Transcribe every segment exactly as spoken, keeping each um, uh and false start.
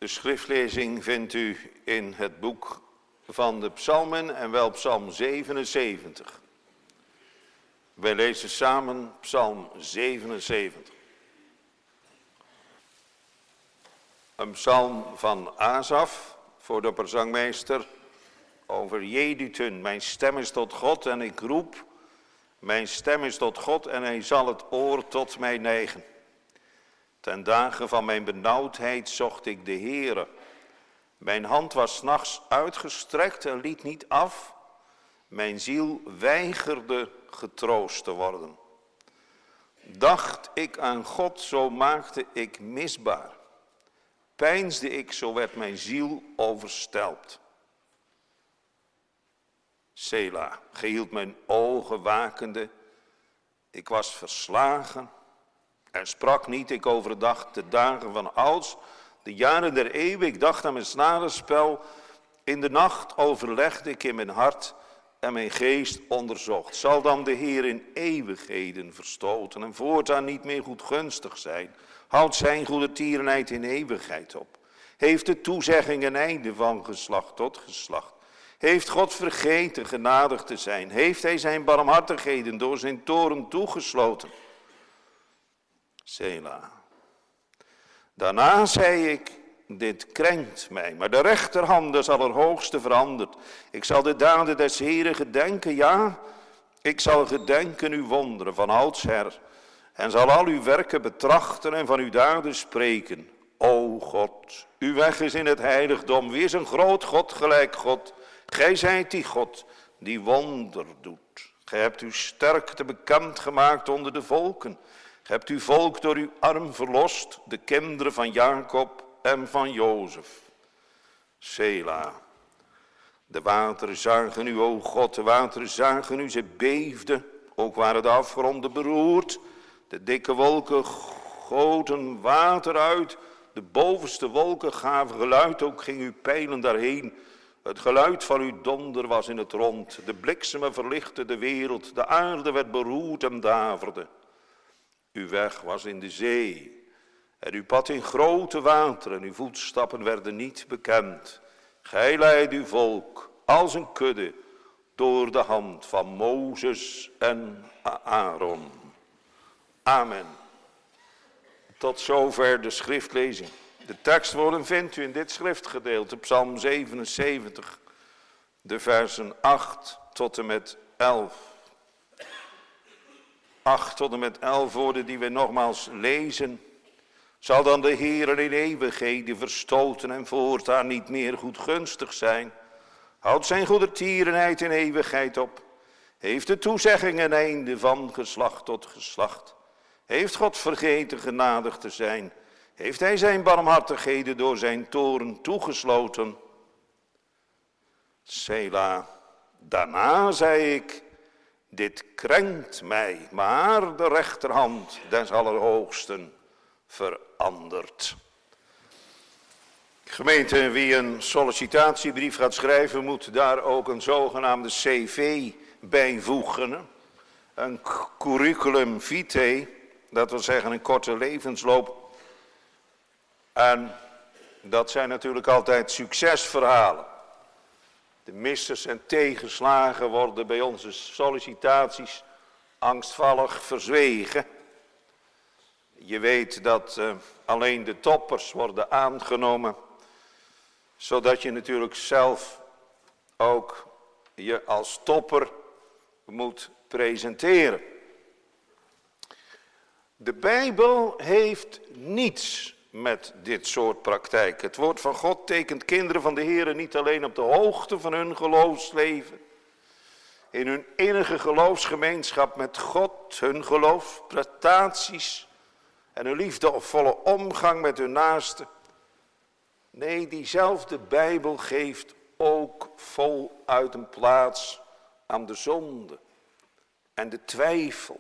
De schriftlezing vindt u in het boek van de psalmen en wel psalm zevenenzeventig. Wij lezen samen psalm zevenenzeventig. Een psalm van Asaf voor de opperzangmeester over Jedutun. Mijn stem is tot God en ik roep. Mijn stem is tot God en hij zal het oor tot mij neigen. Ten dagen van mijn benauwdheid zocht ik de Heere. Mijn hand was 's nachts uitgestrekt en liet niet af. Mijn ziel weigerde getroost te worden. Dacht ik aan God, zo maakte ik misbaar. Peinsde ik, zo werd mijn ziel overstelpt. Sela, gehield mijn ogen wakende. Ik was verslagen en sprak niet. Ik overdacht de dagen van ouds, de jaren der eeuwen. Ik dacht aan mijn snarenspel. In de nacht overlegde ik in mijn hart en mijn geest onderzocht. Zal dan de Heer in eeuwigheden verstoten en voortaan niet meer goedgunstig zijn? Houdt zijn goedertierenheid in eeuwigheid op? Heeft de toezegging een einde van geslacht tot geslacht? Heeft God vergeten genadig te zijn? Heeft hij zijn barmhartigheden door zijn toorn toegesloten? Sela. Daarna zei ik, dit krenkt mij, maar de rechterhand is allerhoogste veranderd. Ik zal de daden des Heeren gedenken, ja, ik zal gedenken uw wonderen van oudsher. En zal al uw werken betrachten en van uw daden spreken. O God, uw weg is in het heiligdom. Wie is een groot God gelijk God? Gij zijt die God die wonder doet. Gij hebt uw sterkte bekend gemaakt onder de volken. Gij hebt uw volk door uw arm verlost, de kinderen van Jacob en van Jozef. Sela. De wateren zagen u, o God, de wateren zagen u, ze beefden. Ook waren de afgronden beroerd. De dikke wolken goten water uit. De bovenste wolken gaven geluid, ook ging uw pijlen daarheen. Het geluid van uw donder was in het rond. De bliksemen verlichtten de wereld. De aarde werd beroerd en daverde. Uw weg was in de zee. En uw pad in grote wateren. Uw voetstappen werden niet bekend. Gij leidt uw volk als een kudde door de hand van Mozes en Aaron. Amen. Tot zover de schriftlezing. De tekstwoorden vindt u in dit schriftgedeelte, psalm zevenenzeventig, de versen acht tot en met elf. acht tot en met elf woorden die we nogmaals lezen. Zal dan de Heer in eeuwigheden verstoten en voortaan niet meer goedgunstig zijn? Houdt zijn goedertierenheid in eeuwigheid op? Heeft de toezegging een einde van geslacht tot geslacht? Heeft God vergeten genadig te zijn? Heeft hij zijn barmhartigheden door zijn toorn toegesloten? Sela. Daarna zei ik, dit krenkt mij, maar de rechterhand des Allerhoogsten verandert. Gemeente, wie een sollicitatiebrief gaat schrijven, moet daar ook een zogenaamde C V bijvoegen. Een curriculum vitae, dat wil zeggen een korte levensloop. En dat zijn natuurlijk altijd succesverhalen. De missers en tegenslagen worden bij onze sollicitaties angstvallig verzwegen. Je weet dat uh, alleen de toppers worden aangenomen, zodat je natuurlijk zelf ook je als topper moet presenteren. De Bijbel heeft niets met dit soort praktijk. Het woord van God tekent kinderen van de Heer niet alleen op de hoogte van hun geloofsleven, in hun innige geloofsgemeenschap met God, hun geloofsprestaties en hun liefdevolle omgang met hun naasten. Nee, diezelfde Bijbel geeft ook voluit een plaats aan de zonde en de twijfel,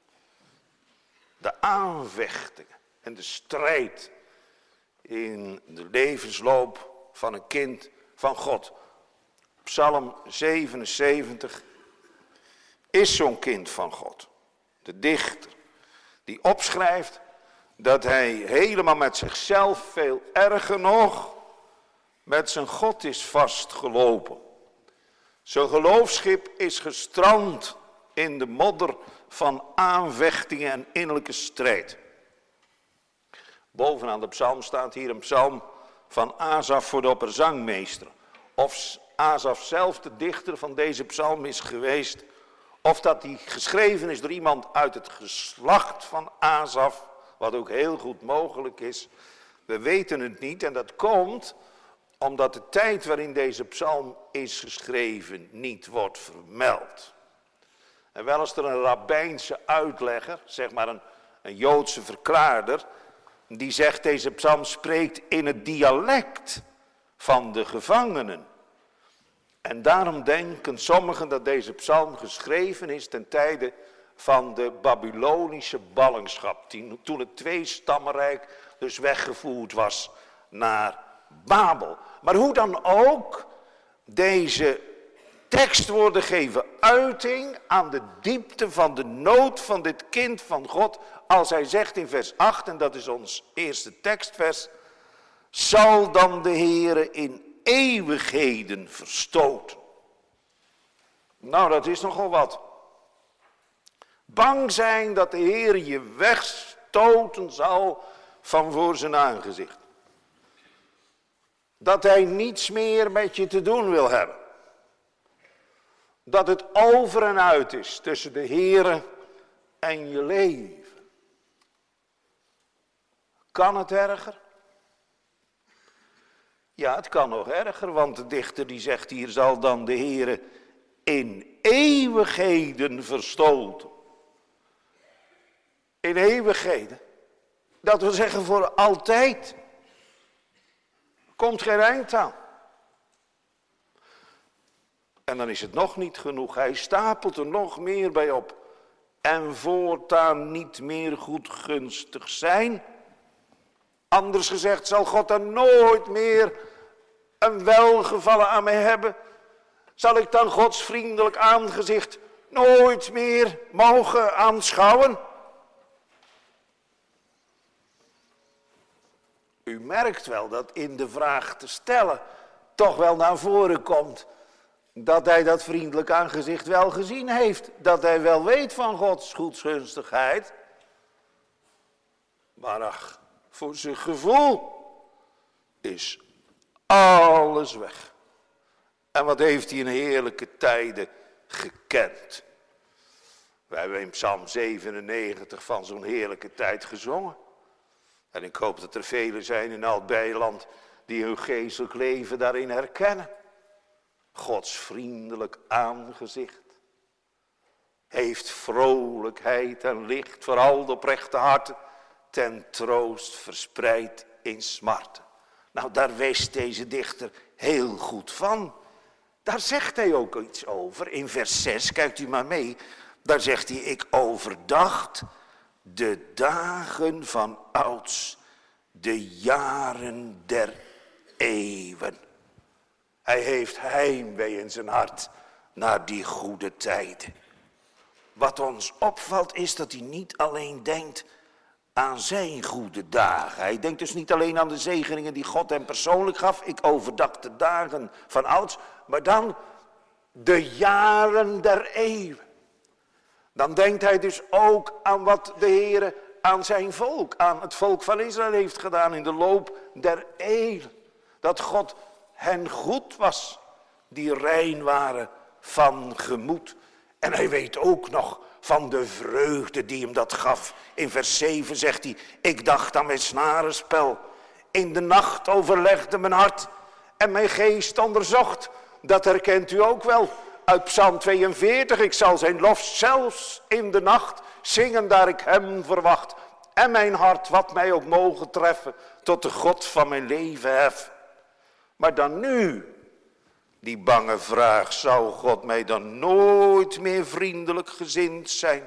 de aanvechtingen en de strijd in de levensloop van een kind van God. Psalm zevenenzeventig is zo'n kind van God. De dichter die opschrijft dat hij helemaal met zichzelf veel erger nog met zijn God is vastgelopen. Zijn geloofschip is gestrand in de modder van aanvechtingen en innerlijke strijd. Bovenaan de psalm staat hier een psalm van Asaf voor de opperzangmeester. Of Asaf zelf de dichter van deze psalm is geweest, of dat die geschreven is door iemand uit het geslacht van Asaf, wat ook heel goed mogelijk is. We weten het niet en dat komt omdat de tijd waarin deze psalm is geschreven niet wordt vermeld. En wel is er een rabbijnse uitlegger, zeg maar een, een Joodse verklaarder, die zegt deze psalm spreekt in het dialect van de gevangenen. En daarom denken sommigen dat deze psalm geschreven is ten tijde van de Babylonische ballingschap. Toen het tweestammenrijk dus weggevoerd was naar Babel. Maar hoe dan ook, deze tekstwoorden geven uiting aan de diepte van de nood van dit kind van God. Als hij zegt in vers acht, en dat is ons eerste tekstvers, zal dan de Heere in eeuwigheden verstoten. Nou, dat is nogal wat. Bang zijn dat de Heer je wegstoten zal van voor zijn aangezicht. Dat hij niets meer met je te doen wil hebben. Dat het over en uit is tussen de Heer en je leven. Kan het erger? Ja, het kan nog erger, want de dichter die zegt hier zal dan de Heer in eeuwigheden verstoten. In eeuwigheden. Dat wil zeggen voor altijd. Komt geen eind aan. En dan is het nog niet genoeg. Hij stapelt er nog meer bij op. En voortaan niet meer goedgunstig zijn. Anders gezegd zal God dan nooit meer een welgevallen aan mij hebben. Zal ik dan Gods vriendelijk aangezicht nooit meer mogen aanschouwen? U merkt wel dat in de vraag te stellen toch wel naar voren komt dat hij dat vriendelijk aangezicht wel gezien heeft. Dat hij wel weet van Gods goedgunstigheid. Maar ach, voor zijn gevoel is alles weg. En wat heeft hij in heerlijke tijden gekend. We hebben in Psalm zevenennegentig van zo'n heerlijke tijd gezongen. En ik hoop dat er velen zijn in Oud-Beijerland die hun geestelijk leven daarin herkennen. Gods vriendelijk aangezicht heeft vrolijkheid en licht voor al de oprechte harten ten troost verspreid in smarten. Nou, daar wist deze dichter heel goed van. Daar zegt hij ook iets over. In vers zes, kijkt u maar mee, daar zegt hij, ik overdacht de dagen van ouds, de jaren der eeuwen. Hij heeft heimwee in zijn hart naar die goede tijden. Wat ons opvalt is dat hij niet alleen denkt aan zijn goede dagen. Hij denkt dus niet alleen aan de zegeningen die God hem persoonlijk gaf. Ik overdacht de dagen van ouds, maar dan de jaren der eeuwen. Dan denkt hij dus ook aan wat de Heere aan zijn volk, aan het volk van Israël heeft gedaan in de loop der eeuwen. Dat God hen goed was, die rein waren van gemoed. En hij weet ook nog van de vreugde die hem dat gaf. In vers zeven zegt hij, ik dacht aan mijn snarenspel. In de nacht overlegde mijn hart en mijn geest onderzocht. Dat herkent u ook wel uit Psalm tweeënveertig. Ik zal zijn lof zelfs in de nacht zingen, daar ik hem verwacht. En mijn hart, wat mij ook mogen treffen, tot de God van mijn leven hef. Maar dan nu, die bange vraag, zou God mij dan nooit meer vriendelijk gezind zijn?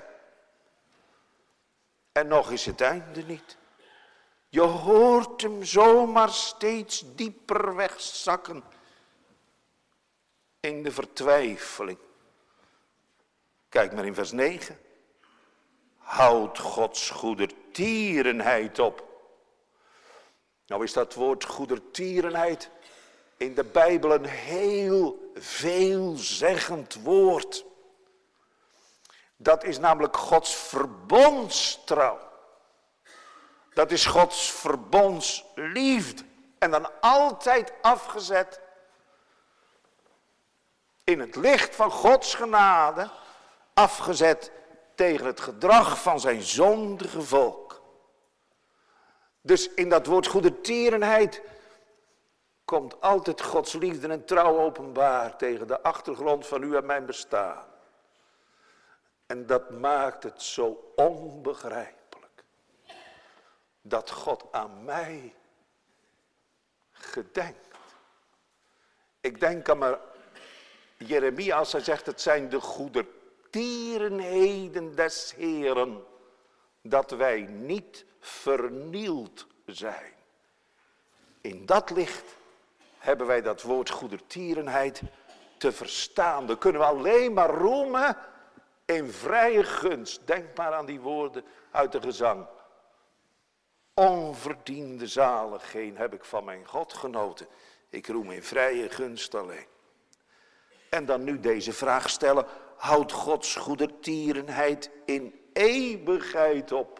En nog is het einde niet. Je hoort hem zomaar steeds dieper wegzakken in de vertwijfeling. Kijk maar in vers negen. Houd Gods goedertierenheid op. Nou is dat woord goedertierenheid in de Bijbel een heel veelzeggend woord. Dat is namelijk Gods verbondstrouw. Dat is Gods verbondsliefde. En dan altijd afgezet in het licht van Gods genade. Afgezet tegen het gedrag van zijn zondige volk. Dus in dat woord goedertierenheid komt altijd Gods liefde en trouw openbaar tegen de achtergrond van u en mijn bestaan. En dat maakt het zo onbegrijpelijk. Dat God aan mij gedenkt. Ik denk aan maar Jeremia als hij zegt, het zijn de goedertierenheden des Heeren, dat wij niet vernield zijn. In dat licht hebben wij dat woord goedertierenheid te verstaan. Dan kunnen we alleen maar roemen in vrije gunst. Denk maar aan die woorden uit de gezang. Onverdiende zaligheid heb ik van mijn God genoten. Ik roem in vrije gunst alleen. En dan nu deze vraag stellen. Houdt Gods goedertierenheid in eeuwigheid op?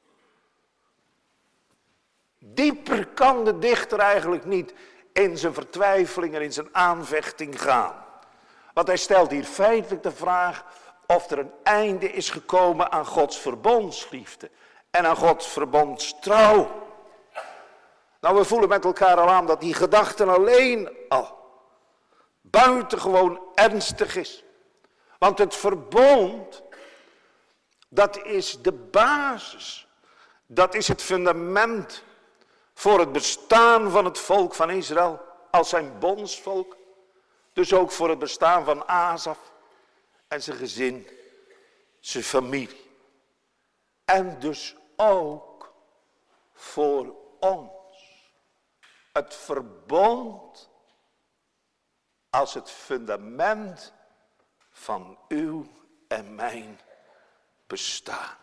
Dieper kan de dichter eigenlijk niet in zijn vertwijfeling en in zijn aanvechting gaan. Want hij stelt hier feitelijk de vraag of er een einde is gekomen aan Gods verbondsliefde en aan Gods verbondstrouw. Nou, we voelen met elkaar al aan dat die gedachte alleen al buitengewoon ernstig is. Want het verbond, dat is de basis. Dat is het fundament voor het bestaan van het volk van Israël als zijn bondsvolk. Dus ook voor het bestaan van Asaf en zijn gezin, zijn familie. En dus ook voor ons. Het verbond als het fundament van uw en mijn bestaan.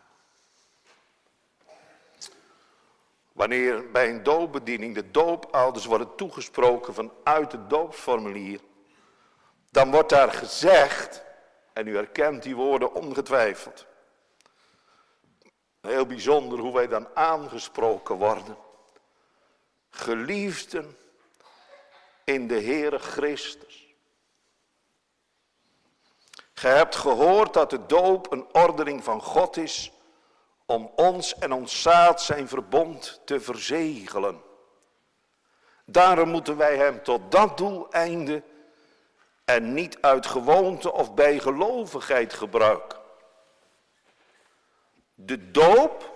Wanneer bij een doopbediening de doopouders worden toegesproken vanuit het doopsformulier, dan wordt daar gezegd, en u herkent die woorden ongetwijfeld, heel bijzonder hoe wij dan aangesproken worden. Geliefden in de Heere Christus. Gij hebt gehoord dat de doop een ordening van God is om ons en ons zaad zijn verbond te verzegelen. Daarom moeten wij hem tot dat doeleinde en niet uit gewoonte of bijgelovigheid gebruiken. De doop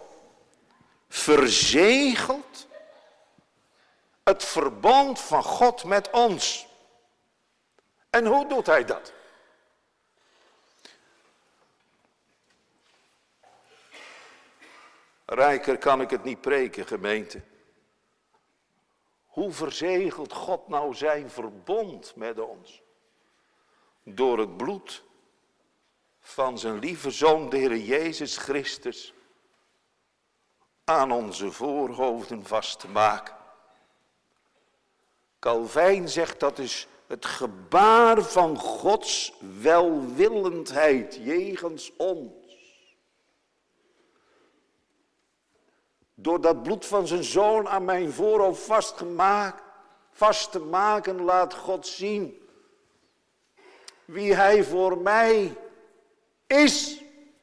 verzegelt het verbond van God met ons. En hoe doet hij dat? Rijker kan ik het niet preken, gemeente. Hoe verzegelt God nou zijn verbond met ons? Door het bloed van zijn lieve Zoon, de Heer Jezus Christus, aan onze voorhoofden vast te maken. Calvijn zegt dat is het gebaar van Gods welwillendheid jegens ons. Door dat bloed van zijn Zoon aan mijn voorhoofd vastgemaakt, vast te maken, laat God zien wie hij voor mij is.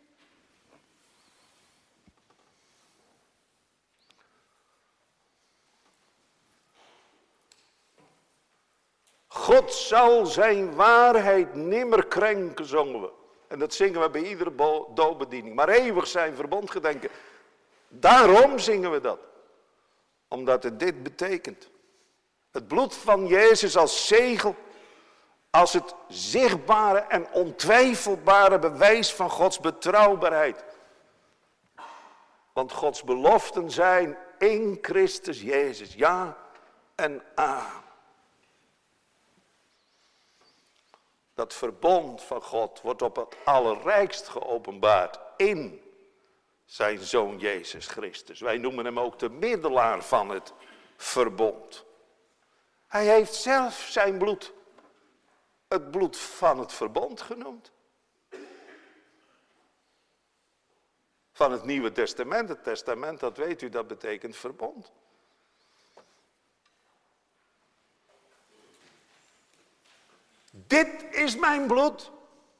God zal zijn waarheid nimmer krenken, zongen we. En dat zingen we bij iedere doopbediening. Maar eeuwig zijn verbond gedenken. Daarom zingen we dat. Omdat het dit betekent. Het bloed van Jezus als zegel. Als het zichtbare en ontwijfelbare bewijs van Gods betrouwbaarheid. Want Gods beloften zijn in Christus Jezus. Ja en amen. Dat verbond van God wordt op het allerrijkst geopenbaard in zijn Zoon Jezus Christus. Wij noemen hem ook de middelaar van het verbond. Hij heeft zelf zijn bloed het bloed van het verbond genoemd. Van het Nieuwe Testament. Het testament, dat weet u, dat betekent verbond. Dit is mijn bloed.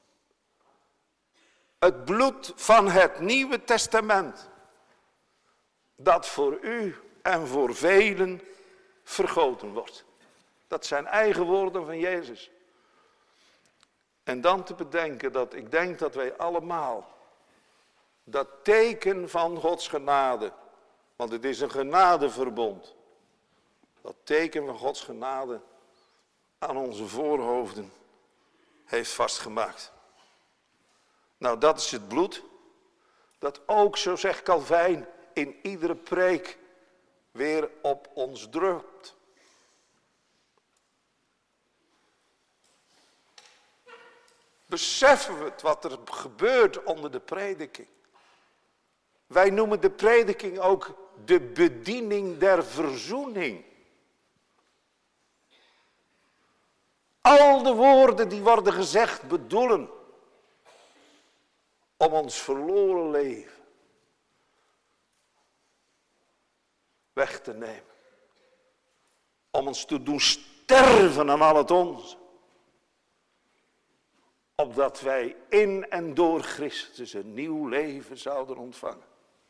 Het bloed van het Nieuwe Testament. Dat voor u en voor velen vergoten wordt. Dat zijn eigen woorden van Jezus. En dan te bedenken dat ik denk dat wij allemaal dat teken van Gods genade, want het is een genadeverbond, dat teken van Gods genade aan onze voorhoofden heeft vastgemaakt. Nou, dat is het bloed, dat ook, zo zegt Calvijn, in iedere preek weer op ons drupt. Beseffen we het wat er gebeurt onder de prediking? Wij noemen de prediking ook de bediening der verzoening. Al de woorden die worden gezegd bedoelen om ons verloren leven weg te nemen. Om ons te doen sterven aan al het onze. Opdat wij in en door Christus een nieuw leven zouden ontvangen.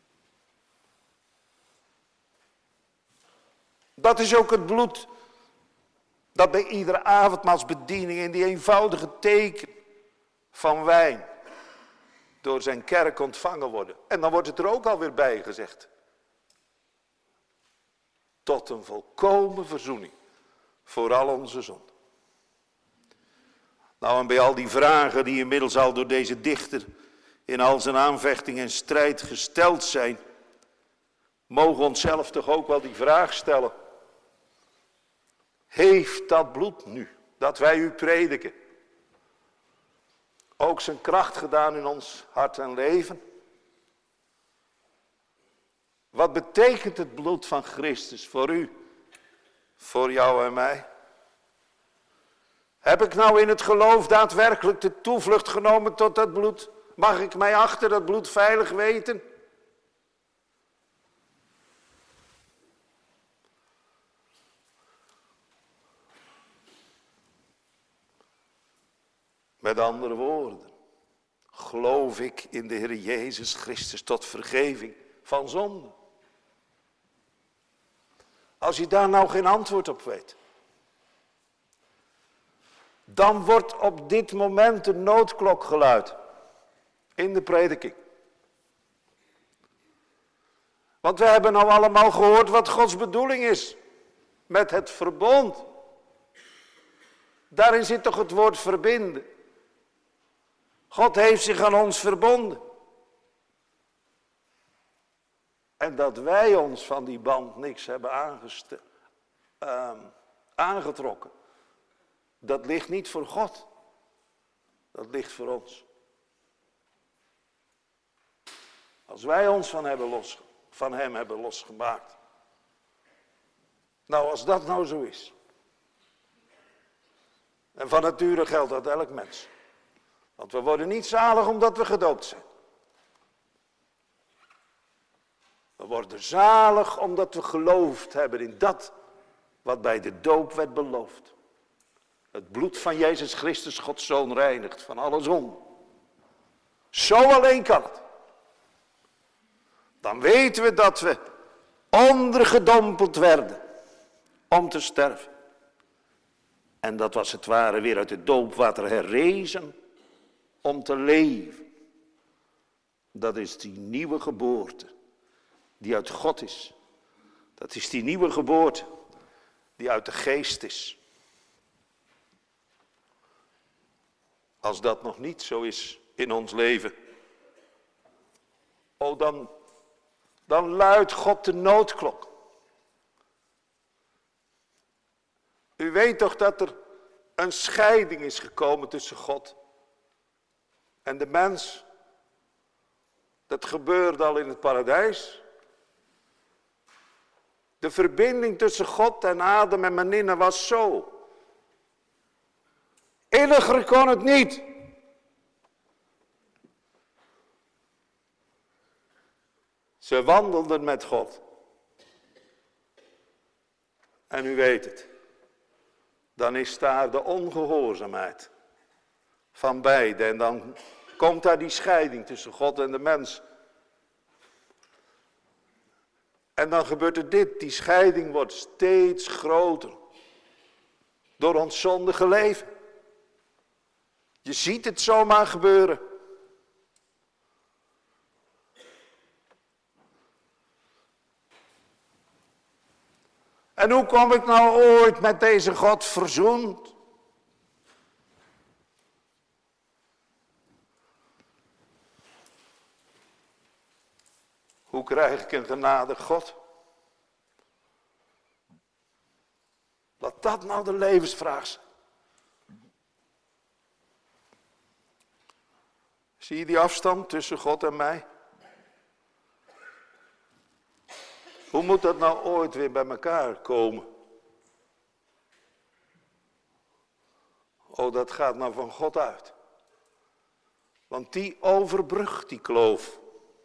Dat is ook het bloed dat bij iedere avondmaalsbediening in die eenvoudige teken van wijn door zijn kerk ontvangen worden. En dan wordt het er ook alweer bij gezegd. Tot een volkomen verzoening voor al onze zonden. Nou, en bij al die vragen die inmiddels al door deze dichter in al zijn aanvechting en strijd gesteld zijn, mogen we onszelf toch ook wel die vraag stellen. Heeft dat bloed nu, dat wij u prediken, ook zijn kracht gedaan in ons hart en leven? Wat betekent het bloed van Christus voor u, voor jou en mij? Heb ik nou in het geloof daadwerkelijk de toevlucht genomen tot dat bloed? Mag ik mij achter dat bloed veilig weten? Met andere woorden, geloof ik in de Heer Jezus Christus tot vergeving van zonde? Als je daar nou geen antwoord op weet, dan wordt op dit moment de noodklok geluid in de prediking. Want we hebben nou allemaal gehoord wat Gods bedoeling is met het verbond. Daarin zit toch het woord verbinden. God heeft zich aan ons verbonden. En dat wij ons van die band niks hebben aangeste- uh, aangetrokken. Dat ligt niet voor God. Dat ligt voor ons. Als wij ons van, hebben los, van hem hebben losgemaakt. Nou, als dat nou zo is. En van nature geldt dat elk mens. Want we worden niet zalig omdat we gedoopt zijn. We worden zalig omdat we geloofd hebben in dat wat bij de doop werd beloofd. Het bloed van Jezus Christus, Gods Zoon, reinigt van alle zonde. Zo alleen kan het. Dan weten we dat we ondergedompeld werden om te sterven. En dat was het ware weer uit het doopwater herrezen om te leven. Dat is die nieuwe geboorte die uit God is. Dat is die nieuwe geboorte die uit de geest is. Als dat nog niet zo is in ons leven, oh dan, dan luidt God de noodklok. U weet toch dat er een scheiding is gekomen tussen God en de mens. Dat gebeurde al in het paradijs. De verbinding tussen God en Adam en Meninne was zo. Inniger kon het niet. Ze wandelden met God. En u weet het. Dan is daar de ongehoorzaamheid van beiden. En dan komt daar die scheiding tussen God en de mens. En dan gebeurt er dit. Die scheiding wordt steeds groter. Door ons zondige leven. Je ziet het zomaar gebeuren. En hoe kom ik nou ooit met deze God verzoend? Hoe krijg ik een genadig God? Laat dat nou de levensvraag zijn. Zie je die afstand tussen God en mij? Hoe moet dat nou ooit weer bij elkaar komen? Oh, dat gaat nou van God uit. Want die overbrugt die kloof.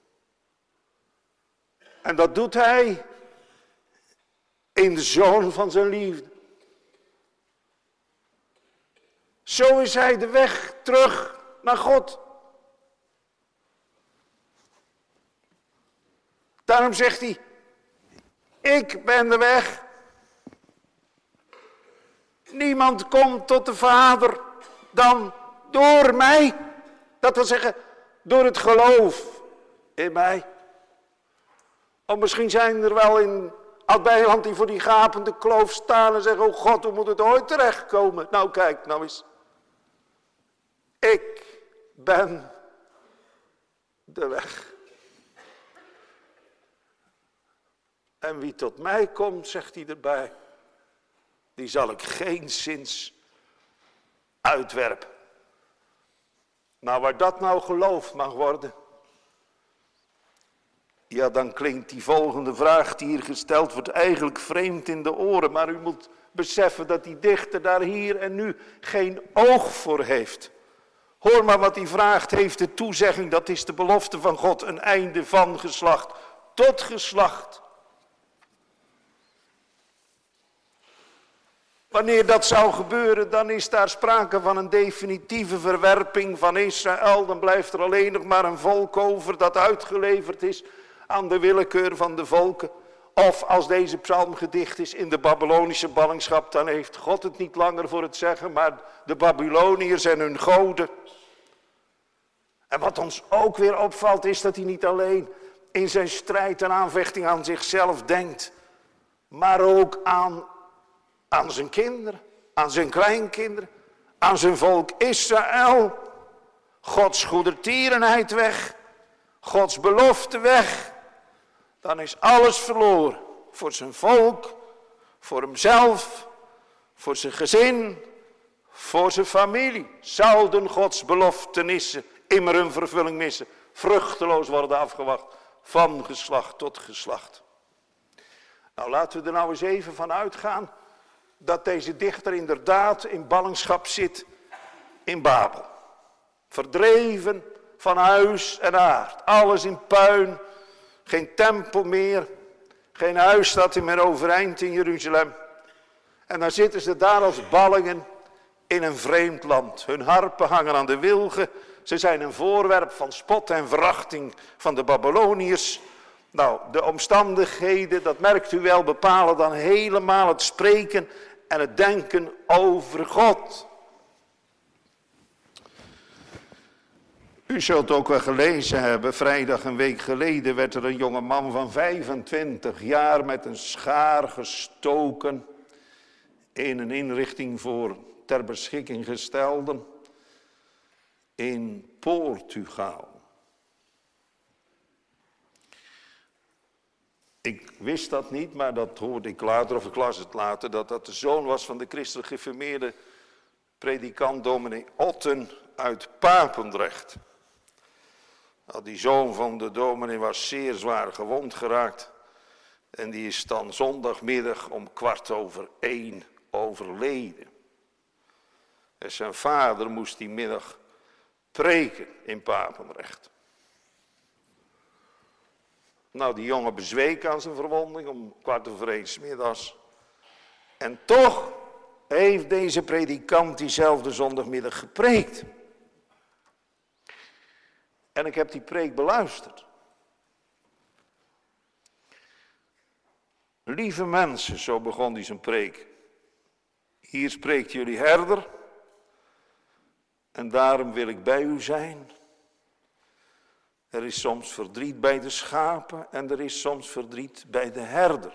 En dat doet hij in de Zoon van zijn liefde. Zo is hij de weg terug naar God. Daarom zegt hij, ik ben de weg. Niemand komt tot de Vader dan door mij. Dat wil zeggen, door het geloof in mij. Of misschien zijn er wel in Oud-Beijerland die voor die gapende kloof staan en zeggen, oh God, hoe moet het ooit terechtkomen? Nou kijk, nou eens. Ik ben de weg. En wie tot mij komt, zegt hij erbij, die zal ik geenszins uitwerpen. Nou, waar dat nou geloof mag worden, ja, dan klinkt die volgende vraag die hier gesteld wordt eigenlijk vreemd in de oren. Maar u moet beseffen dat die dichter daar hier en nu geen oog voor heeft. Hoor maar wat hij vraagt, heeft de toezegging, dat is de belofte van God, een einde van geslacht tot geslacht. Wanneer dat zou gebeuren, dan is daar sprake van een definitieve verwerping van Israël. Dan blijft er alleen nog maar een volk over dat uitgeleverd is aan de willekeur van de volken. Of als deze psalm gedicht is in de Babylonische ballingschap, dan heeft God het niet langer voor het zeggen, maar de Babyloniërs en hun goden. En wat ons ook weer opvalt is dat hij niet alleen in zijn strijd en aanvechting aan zichzelf denkt, maar ook aan, aan zijn kinderen, aan zijn kleinkinderen, aan zijn volk Israël. Gods goedertierenheid weg, Gods belofte weg. Dan is alles verloren voor zijn volk, voor hemzelf, voor zijn gezin, voor zijn familie. Zouden Gods beloftenissen immer hun vervulling missen, vruchteloos worden afgewacht van geslacht tot geslacht. Nou, laten we er nou eens even van uitgaan dat deze dichter inderdaad in ballingschap zit in Babel. Verdreven van huis en aard, alles in puin, geen tempel meer, geen huis staat er meer overeind in Jeruzalem. En dan zitten ze daar als ballingen in een vreemd land. Hun harpen hangen aan de wilgen. Ze zijn een voorwerp van spot en verachting van de Babyloniërs. Nou, de omstandigheden, dat merkt u wel, bepalen dan helemaal het spreken en het denken over God. U zult ook wel gelezen hebben, vrijdag een week geleden werd er een jonge man van vijfentwintig jaar met een schaar gestoken in een inrichting voor ter beschikking gestelden in Portugal. Ik wist dat niet, maar dat hoorde ik later, of ik las het later, dat dat de zoon was van de christelijk gereformeerde predikant dominee Otten uit Papendrecht. Nou, die zoon van de dominee was zeer zwaar gewond geraakt. En die is dan zondagmiddag om kwart over één overleden. En zijn vader moest die middag preken in Papendrecht. Nou, die jongen bezweek aan zijn verwonding om kwart over één 's middags. En toch heeft deze predikant diezelfde zondagmiddag gepreekt. En ik heb die preek beluisterd. Lieve mensen, zo begon hij zijn preek. Hier spreekt jullie herder. En daarom wil ik bij u zijn. Er is soms verdriet bij de schapen en er is soms verdriet bij de herder.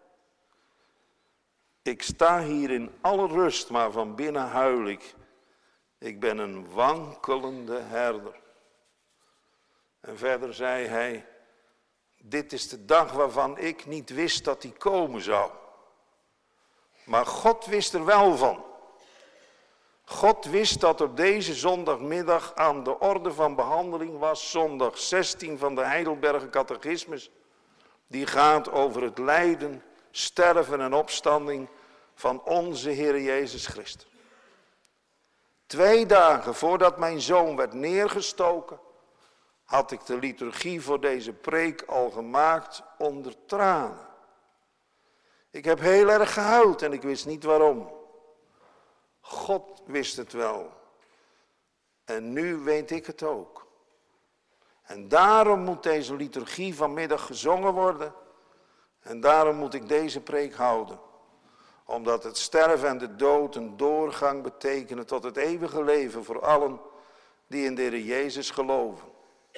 Ik sta hier in alle rust, maar van binnen huil ik. Ik ben een wankelende herder. En verder zei hij, dit is de dag waarvan ik niet wist dat die komen zou. Maar God wist er wel van. God wist dat op deze zondagmiddag aan de orde van behandeling was, zondag zestien van de Heidelberger Catechismus. Die gaat over het lijden, sterven en opstanding van onze Heer Jezus Christus. Twee dagen voordat mijn zoon werd neergestoken, had ik de liturgie voor deze preek al gemaakt onder tranen. Ik heb heel erg gehuild en ik wist niet waarom. God wist het wel. En nu weet ik het ook. En daarom moet deze liturgie vanmiddag gezongen worden. En daarom moet ik deze preek houden. Omdat het sterven en de dood een doorgang betekenen tot het eeuwige leven voor allen die in de Heer Jezus geloven.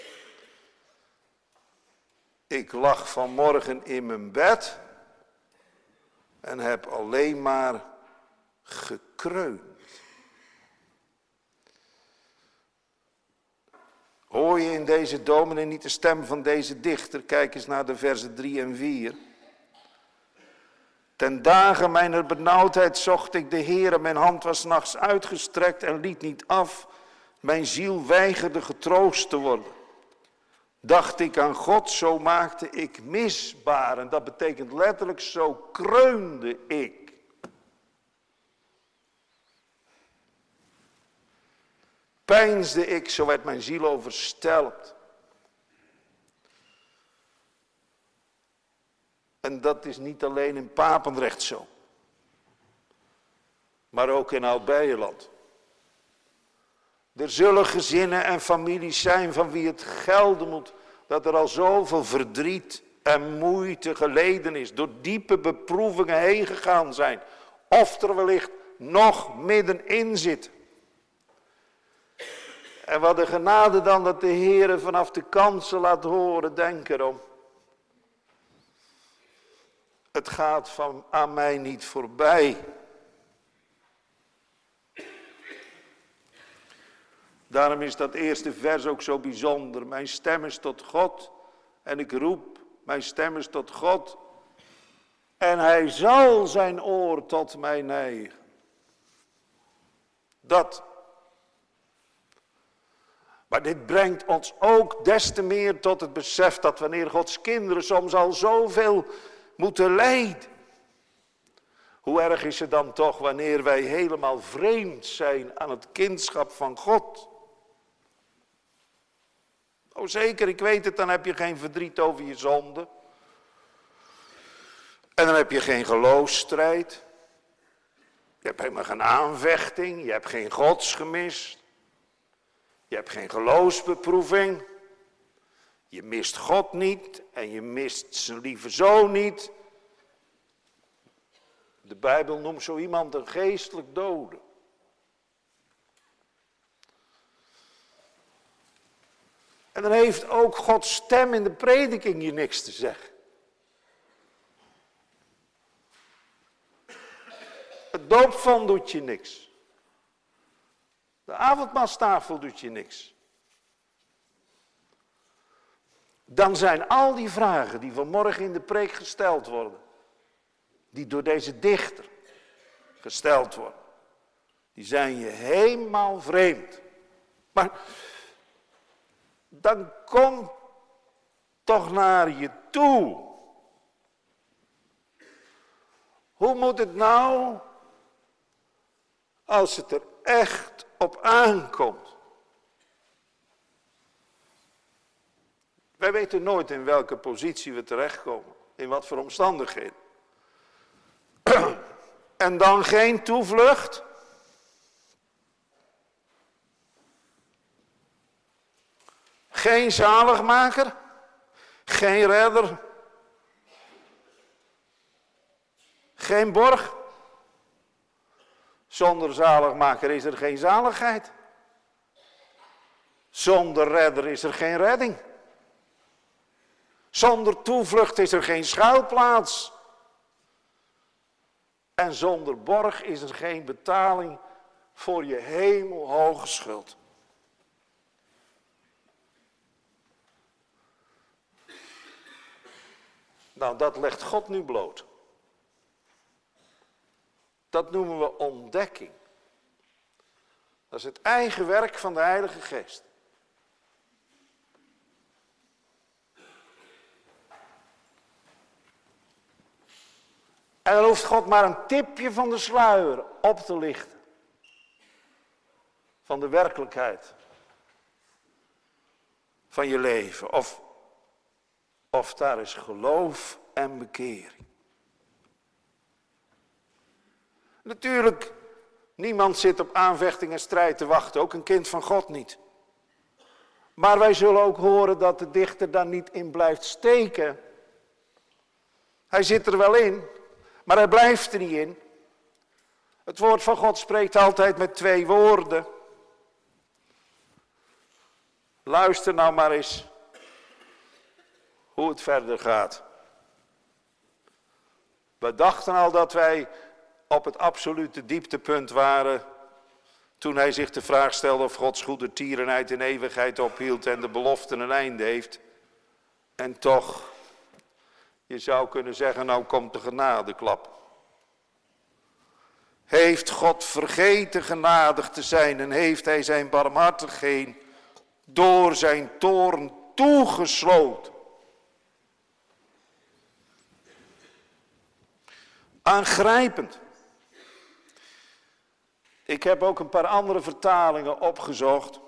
Ik lag vanmorgen in mijn bed en heb alleen maar gekreund. Hoor je in deze dominee niet de stem van deze dichter? Kijk eens naar de versen drie en vier. Ten dagen mijner benauwdheid zocht ik de Heer en mijn hand was 's nachts uitgestrekt en liet niet af. Mijn ziel weigerde getroost te worden. Dacht ik aan God, zo maakte ik misbaar. En dat betekent letterlijk, zo kreunde ik. Peinsde ik, zo werd mijn ziel overstelpt. En dat is niet alleen in Papendrecht zo. Maar ook in Oud-Beijerland. Er zullen gezinnen en families zijn van wie het gelden moet dat er al zoveel verdriet en moeite geleden is. Door diepe beproevingen heen gegaan zijn. Of er wellicht nog middenin zitten. En wat de genade dan dat de Heer vanaf de kansen laat horen, denk erom. Het gaat van aan mij niet voorbij. Daarom is dat eerste vers ook zo bijzonder. Mijn stem is tot God en ik roep, mijn stem is tot God. En hij zal zijn oor tot mij neigen. Dat. Maar dit brengt ons ook des te meer tot het besef dat wanneer Gods kinderen soms al zoveel moeten lijden. Hoe erg is het dan toch wanneer wij helemaal vreemd zijn aan het kindschap van God? Oh zeker, ik weet het, dan heb je geen verdriet over je zonde. En dan heb je geen geloofsstrijd. Je hebt helemaal geen aanvechting, je hebt geen godsgemis. Je hebt geen geloofsbeproeving. Je mist God niet en je mist zijn lieve zoon niet. De Bijbel noemt zo iemand een geestelijk dode. En dan heeft ook Gods stem in de prediking je niks te zeggen. Het doopvond doet je niks. De avondmaalstafel doet je niks. Dan zijn al die vragen die vanmorgen in de preek gesteld worden, die door deze dichter gesteld worden, die zijn je helemaal vreemd. Maar dan kom toch naar je toe Hoe moet het nou als het er echt op aankomt? Wij weten nooit in welke positie we terechtkomen, in wat voor omstandigheden. En dan geen toevlucht? Geen zaligmaker? Geen redder? Geen borg? Zonder zaligmaker is er geen zaligheid. Zonder redder is er geen redding. Zonder toevlucht is er geen schuilplaats. En zonder borg is er geen betaling voor je hemelhoge schuld. Nou, dat legt God nu bloot. Dat noemen we ontdekking. Dat is het eigen werk van de Heilige Geest. En dan hoeft God maar een tipje van de sluier op te lichten. Van de werkelijkheid. Van je leven. Of, of daar is geloof en bekering. Natuurlijk, niemand zit op aanvechting en strijd te wachten. Ook een kind van God niet. Maar wij zullen ook horen dat de dichter daar niet in blijft steken. Hij zit er wel in. Maar hij blijft er niet in. Het woord van God spreekt altijd met twee woorden. Luister nou maar eens hoe het verder gaat. We dachten al dat wij op het absolute dieptepunt waren toen hij zich de vraag stelde of Gods goede tierenheid in eeuwigheid ophield en de belofte een einde heeft. En toch, je zou kunnen zeggen, nou komt de genadeklap. Heeft God vergeten genadig te zijn en heeft hij zijn barmhartigheid door zijn toorn toegesloten. Aangrijpend. Ik heb ook een paar andere vertalingen opgezocht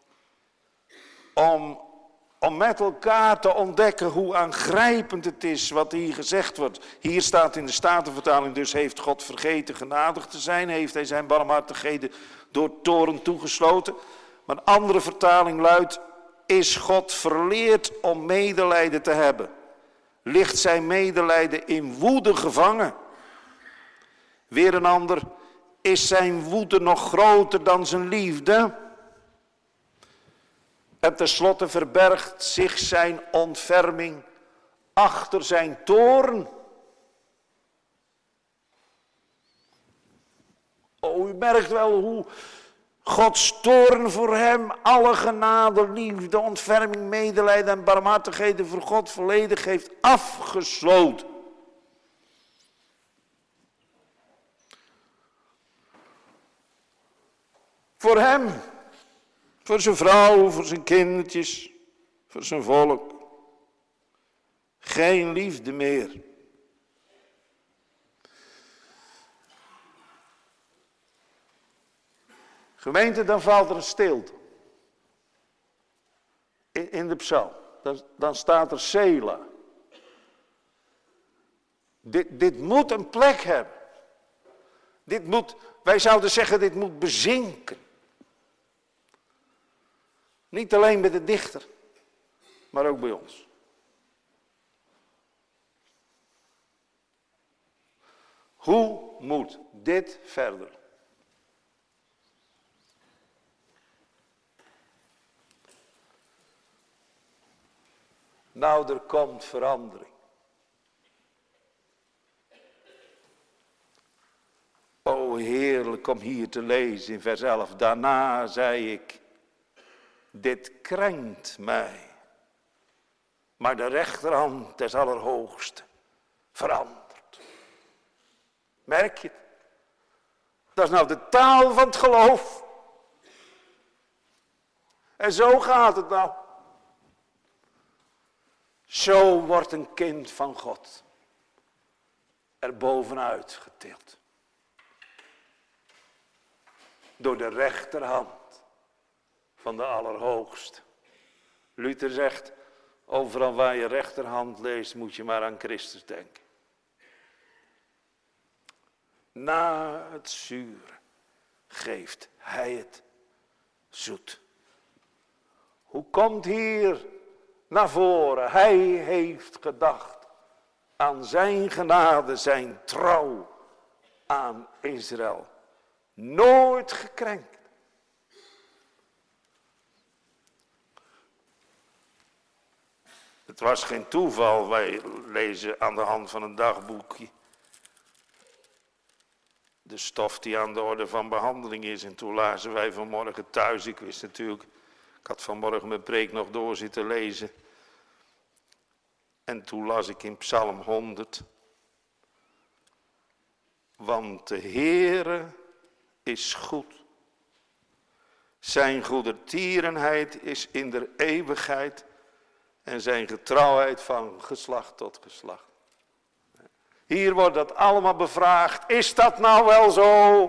om, om met elkaar te ontdekken hoe aangrijpend het is wat hier gezegd wordt. Hier staat in de Statenvertaling dus: heeft God vergeten genadig te zijn, heeft hij zijn barmhartigheden door toorn toegesloten. Maar een andere vertaling luidt: is God verleerd om medelijden te hebben? Ligt zijn medelijden in woede gevangen? Weer een ander: is zijn woede nog groter dan zijn liefde? En tenslotte verbergt zich zijn ontferming achter zijn toorn. Oh, u merkt wel hoe Gods toorn voor hem alle genade, liefde, ontferming, medelijden en barmhartigheden voor God volledig heeft afgesloten. Voor hem, voor zijn vrouw, voor zijn kindertjes, voor zijn volk. Geen liefde meer. Gemeente, dan valt er een stilte. In, in de psalm. Dan, dan staat er Sela. Dit, dit moet een plek hebben. Dit moet, wij zouden zeggen, dit moet bezinken. Niet alleen bij de dichter, maar ook bij ons. Hoe moet dit verder? Nou, er komt verandering. O heerlijk om hier te lezen in vers elf. Daarna zei ik: dit krenkt mij. Maar de rechterhand des Allerhoogste verandert. Merk je het? Dat is nou de taal van het geloof. En zo gaat het nou. Zo wordt een kind van God. er bovenuit getild. Door de rechterhand van de Allerhoogste. Luther zegt, overal waar je rechterhand leest, moet je maar aan Christus denken. Na het zure geeft hij het zoet. Hoe komt hier naar voren? Hij heeft gedacht aan zijn genade, zijn trouw aan Israël. Nooit gekrenkt. Het was geen toeval, wij lezen aan de hand van een dagboekje de stof die aan de orde van behandeling is. En toen lazen wij vanmorgen thuis, ik wist natuurlijk, ik had vanmorgen mijn preek nog door zitten lezen. En toen las ik in Psalm honderd. Want de Heere is goed. Zijn goedertierenheid is in der eeuwigheid en zijn getrouwheid van geslacht tot geslacht. Hier wordt dat allemaal bevraagd. Is dat nou wel zo?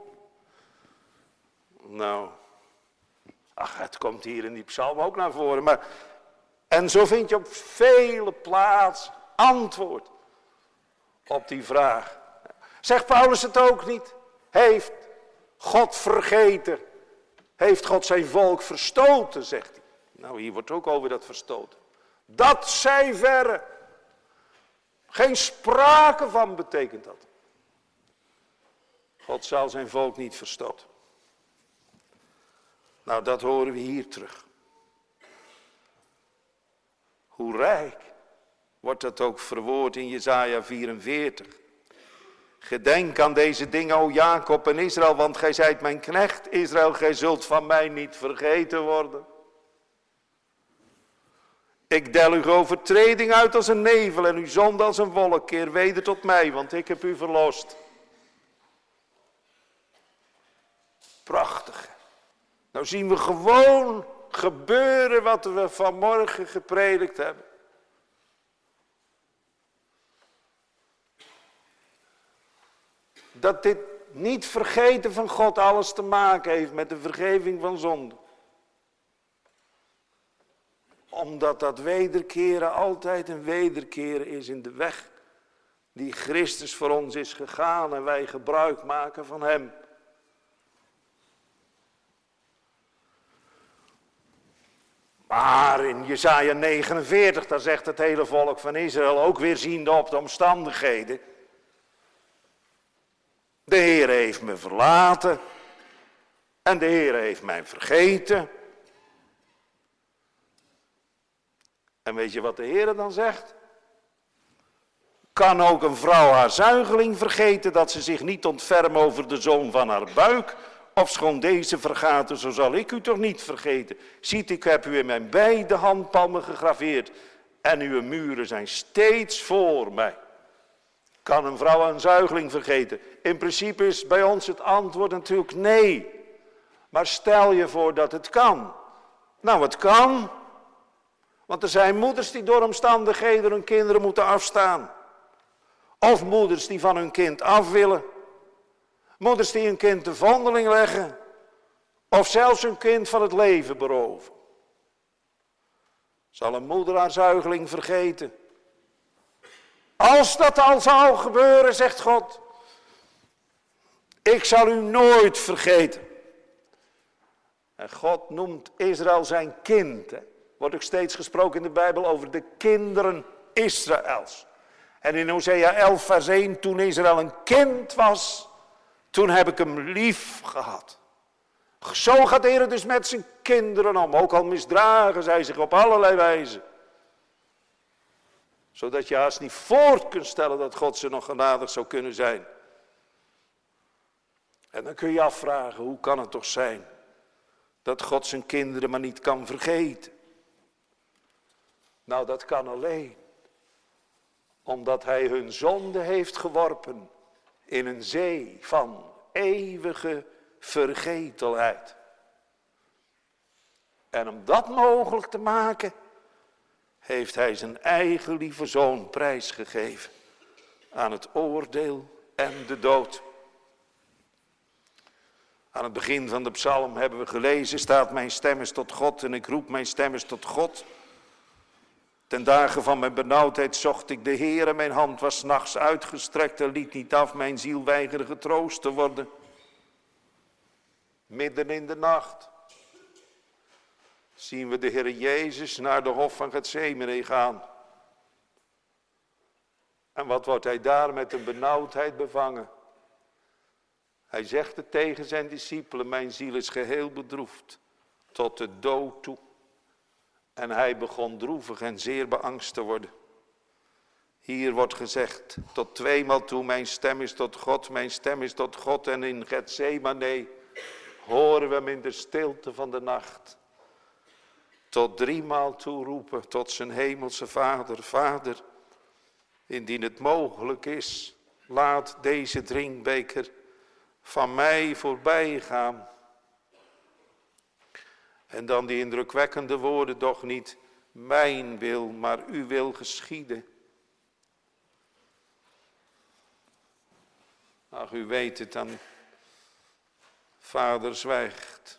Nou, ach, het komt hier in die psalm ook naar voren. Maar, en zo vind je op vele plaatsen antwoord op die vraag. Zegt Paulus het ook niet? Heeft God vergeten? Heeft God zijn volk verstoten, zegt hij. Nou, hier wordt ook over dat verstoten. Dat zij verre. Geen sprake van betekent dat. God zal zijn volk niet verstoten. Nou, dat horen we hier terug. Hoe rijk wordt dat ook verwoord in Jesaja vierenveertig. Gedenk aan deze dingen, o Jacob en Israël, want gij zijt mijn knecht, Israël, gij zult van mij niet vergeten worden. Ik del uw overtreding uit als een nevel en uw zonde als een wolk. Keer weder tot mij, want ik heb u verlost. Prachtig. Nou zien we gewoon gebeuren wat we vanmorgen gepredikt hebben. Dat dit niet vergeten van God alles te maken heeft met de vergeving van zonde. Omdat dat wederkeren altijd een wederkeren is in de weg die Christus voor ons is gegaan en wij gebruik maken van hem. Maar in Jesaja negenenveertig, daar zegt het hele volk van Israël, ook weer ziende op de omstandigheden. De Heer heeft me verlaten en de Heer heeft mij vergeten. En weet je wat de Heer dan zegt? Kan ook een vrouw haar zuigeling vergeten, dat ze zich niet ontfermt over de zoon van haar buik? Ofschoon deze vergaten, zo zal ik u toch niet vergeten. Ziet, ik heb u in mijn beide handpalmen gegraveerd en uw muren zijn steeds voor mij. Kan een vrouw een zuigeling vergeten? In principe is bij ons het antwoord natuurlijk nee. Maar stel je voor dat het kan. Nou, het kan. Want er zijn moeders die door omstandigheden hun kinderen moeten afstaan. Of moeders die van hun kind af willen. Moeders die hun kind de vondeling leggen. Of zelfs hun kind van het leven beroven. Zal een moeder haar zuigeling vergeten? Als dat al zou gebeuren, zegt God. Ik zal u nooit vergeten. En God noemt Israël zijn kind. Hè? Wordt ook steeds gesproken in de Bijbel over de kinderen Israëls. En in Hosea elf vers één, toen Israël een kind was, toen heb ik hem lief gehad. Zo gaat de Heer dus met zijn kinderen om. Ook al misdragen zij zich op allerlei wijzen. Zodat je haast niet voor kunt stellen dat God ze nog genadig zou kunnen zijn. En dan kun je afvragen, hoe kan het toch zijn dat God zijn kinderen maar niet kan vergeten? Nou, dat kan alleen omdat hij hun zonde heeft geworpen in een zee van eeuwige vergetelheid. En om dat mogelijk te maken, heeft hij zijn eigen lieve zoon prijsgegeven aan het oordeel en de dood. Aan het begin van de psalm hebben we gelezen, staat mijn stem is tot God en ik roep mijn stem is tot God. Ten dagen van mijn benauwdheid zocht ik de Heer en mijn hand was 's nachts uitgestrekt en liet niet af, mijn ziel weigerde getroost te worden. Midden in de nacht zien we de Heer Jezus naar de hof van Getsemane gaan. En wat wordt hij daar met een benauwdheid bevangen? Hij zegt het tegen zijn discipelen, mijn ziel is geheel bedroefd tot de dood toe. En hij begon droevig en zeer beangst te worden. Hier wordt gezegd, tot tweemaal toe, mijn stem is tot God, mijn stem is tot God. En in Getsemane horen we hem in de stilte van de nacht tot driemaal toe roepen tot zijn hemelse Vader. Vader, indien het mogelijk is, laat deze drinkbeker van mij voorbij gaan. En dan die indrukwekkende woorden, doch niet mijn wil, maar uw wil geschieden. Ach, u weet het dan, Vader zwijgt.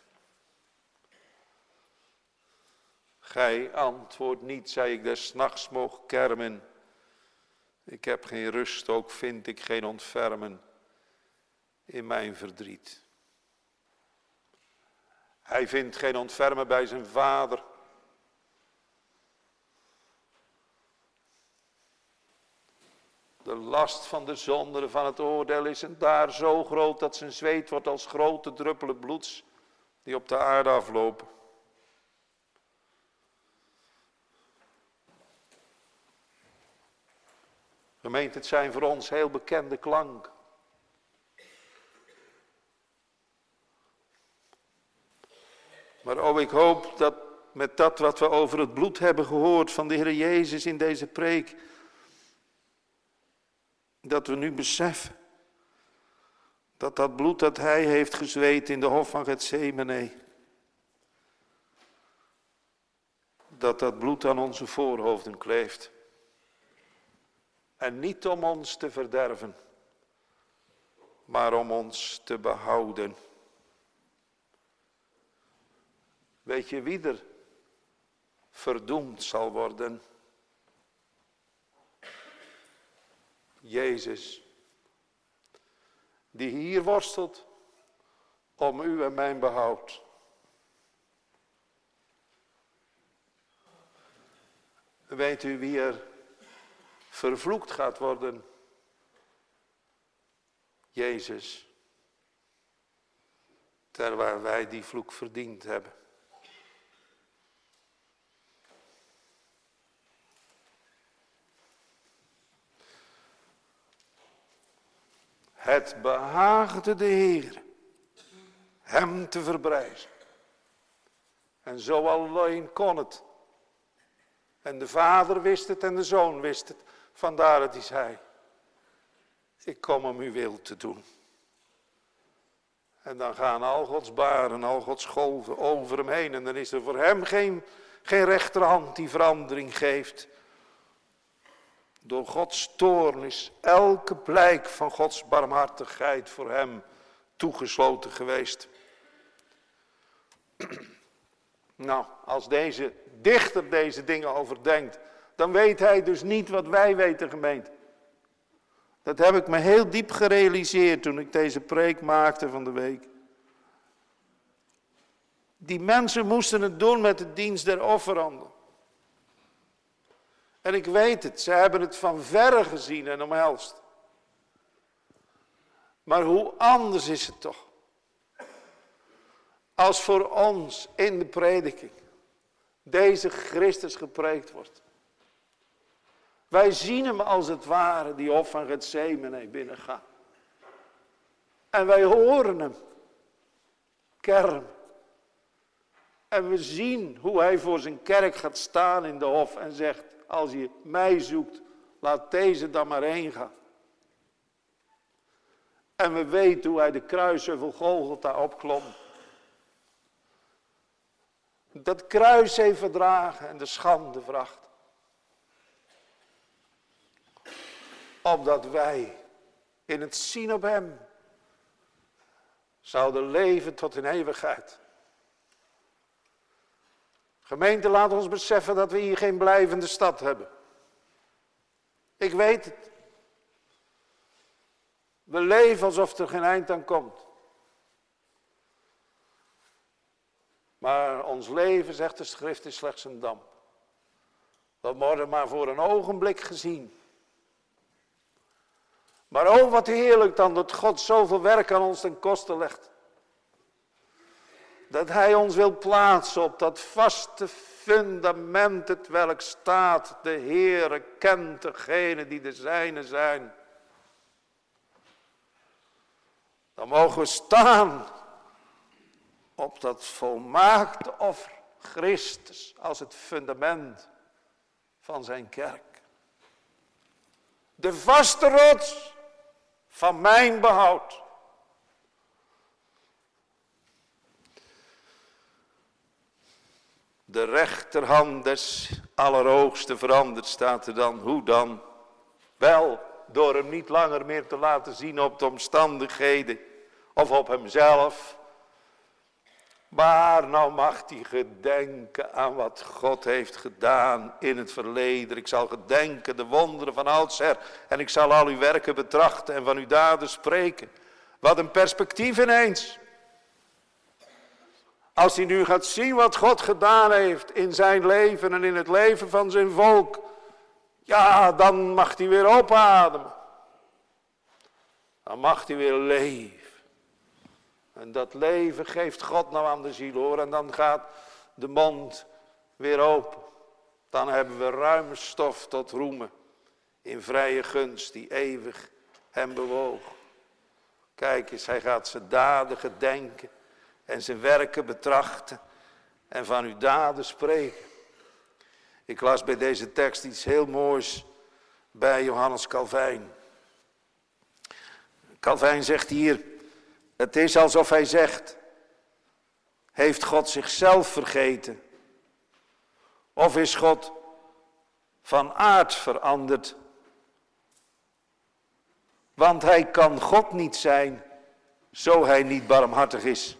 Gij antwoordt niet, zei ik des nachts moog kermen. Ik heb geen rust, ook vind ik geen ontfermen in mijn verdriet. Hij vindt geen ontfermen bij zijn vader. De last van de zonde, van het oordeel is en daar zo groot dat zijn zweet wordt als grote druppelen bloeds die op de aarde aflopen. Gemeente, het zijn voor ons heel bekende klanken. Maar oh, ik hoop dat met dat wat we over het bloed hebben gehoord van de Heer Jezus in deze preek, dat we nu beseffen dat dat bloed dat hij heeft gezweet in de hof van Getsemane, dat dat bloed aan onze voorhoofden kleeft. En niet om ons te verderven, maar om ons te behouden. Weet je wie er verdoemd zal worden? Jezus, die hier worstelt om u en mijn behoud. Weet u wie er vervloekt gaat worden? Jezus, terwijl wij die vloek verdiend hebben. Het behaagde de Heer hem te verbrijzen. En zo alleen kon het. En de Vader wist het en de Zoon wist het. Vandaar dat hij zei, ik kom om uw wil te doen. En dan gaan al Gods baren, al Gods golven over hem heen. En dan is er voor hem geen, geen rechterhand die verandering geeft. Door Gods toorn is elke blijk van Gods barmhartigheid voor hem toegesloten geweest. Nou, als deze dichter deze dingen overdenkt, dan weet hij dus niet wat wij weten, gemeente. Dat heb ik me heel diep gerealiseerd toen ik deze preek maakte van de week. Die mensen moesten het doen met de dienst der offeranden. En ik weet het, ze hebben het van verre gezien en omhelst. Maar hoe anders is het toch? Als voor ons in de prediking deze Christus gepreekt wordt. Wij zien hem als het ware, die hof van Getsemane binnengaan. En wij horen hem kermen. En we zien hoe hij voor zijn kerk gaat staan in de hof en zegt, als je mij zoekt, laat deze dan maar heen gaan. En we weten hoe hij de kruisheuvel Golgotha opklom. Dat kruis heeft verdragen en de schande vracht. opdat wij in het zien op hem zouden leven tot in eeuwigheid. Gemeente, laat ons beseffen dat we hier geen blijvende stad hebben. Ik weet het. We leven alsof er geen eind aan komt. Maar ons leven, zegt de schrift, is slechts een damp. We worden maar voor een ogenblik gezien. Maar oh, wat heerlijk dan dat God zoveel werk aan ons ten koste legt. Dat hij ons wil plaatsen op dat vaste fundament, het welk staat. De Heere kent degene die de zijne zijn. Dan mogen we staan op dat volmaakte offer, Christus, als het fundament van zijn kerk. De vaste rots van mijn behoud. De rechterhand des Allerhoogste veranderd, staat er dan. Hoe dan? Wel, door hem niet langer meer te laten zien op de omstandigheden of op hemzelf. Maar nou mag hij gedenken aan wat God heeft gedaan in het verleden. Ik zal gedenken de wonderen van oudsher. En ik zal al uw werken betrachten en van uw daden spreken. Wat een perspectief ineens. Als hij nu gaat zien wat God gedaan heeft in zijn leven en in het leven van zijn volk. Ja, dan mag hij weer opademen. Dan mag hij weer leven. En dat leven geeft God nou aan de ziel, hoor. En dan gaat de mond weer open. Dan hebben we ruime stof tot roemen. In vrije gunst die eeuwig hem bewoog. Kijk eens, hij gaat zijn daden gedenken. En zijn werken betrachten. En van uw daden spreken. Ik las bij deze tekst iets heel moois bij Johannes Calvijn. Calvijn zegt hier, het is alsof hij zegt, heeft God zichzelf vergeten? Of is God van aard veranderd? Want hij kan God niet zijn, zo hij niet barmhartig is.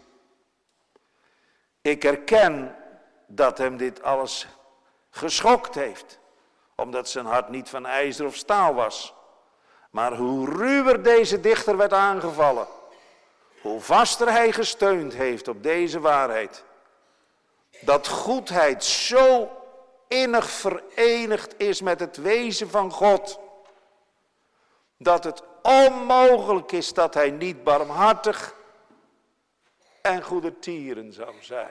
Ik erken dat hem dit alles geschokt heeft, omdat zijn hart niet van ijzer of staal was. Maar hoe ruwer deze dichter werd aangevallen, hoe vaster hij gesteund heeft op deze waarheid. Dat goedheid zo innig verenigd is met het wezen van God. Dat het onmogelijk is dat hij niet barmhartig en goedertieren zou zijn.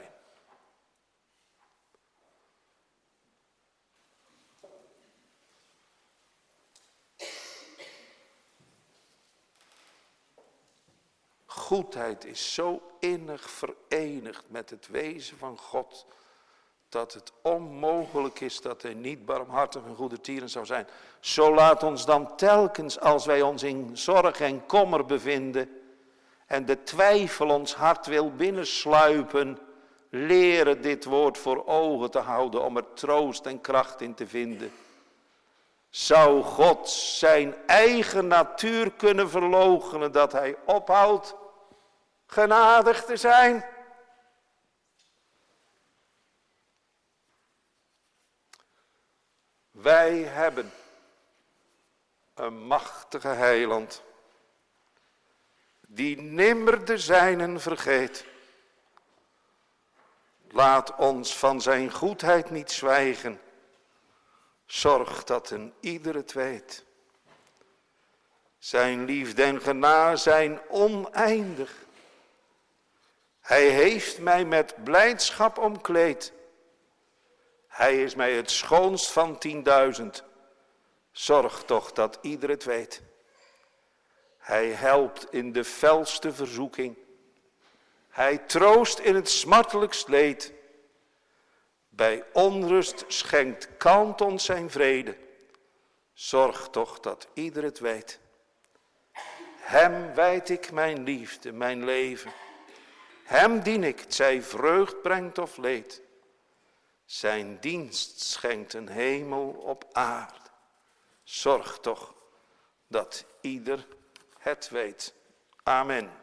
Goedheid is zo innig verenigd met het wezen van God, dat het onmogelijk is dat hij niet barmhartig en goedertieren zou zijn. Zo laat ons dan telkens, als wij ons in zorg en kommer bevinden en de twijfel ons hart wil binnensluipen, leren dit woord voor ogen te houden om er troost en kracht in te vinden. Zou God zijn eigen natuur kunnen verloochenen, dat hij ophoudt genadig te zijn? Wij hebben een machtige heiland, die nimmer de zijnen vergeet. Laat ons van zijn goedheid niet zwijgen. Zorg dat een ieder het weet. Zijn liefde en genade zijn oneindig. Hij heeft mij met blijdschap omkleed. Hij is mij het schoonst van tienduizend. Zorg toch dat ieder het weet. Hij helpt in de felste verzoeking. Hij troost in het smartelijkst leed. Bij onrust schenkt kalmt ons zijn vrede. Zorg toch dat ieder het weet. Hem wijd ik mijn liefde, mijn leven. Hem dien ik, t zij vreugd brengt of leed. Zijn dienst schenkt een hemel op aarde. Zorg toch dat ieder het weet. Amen.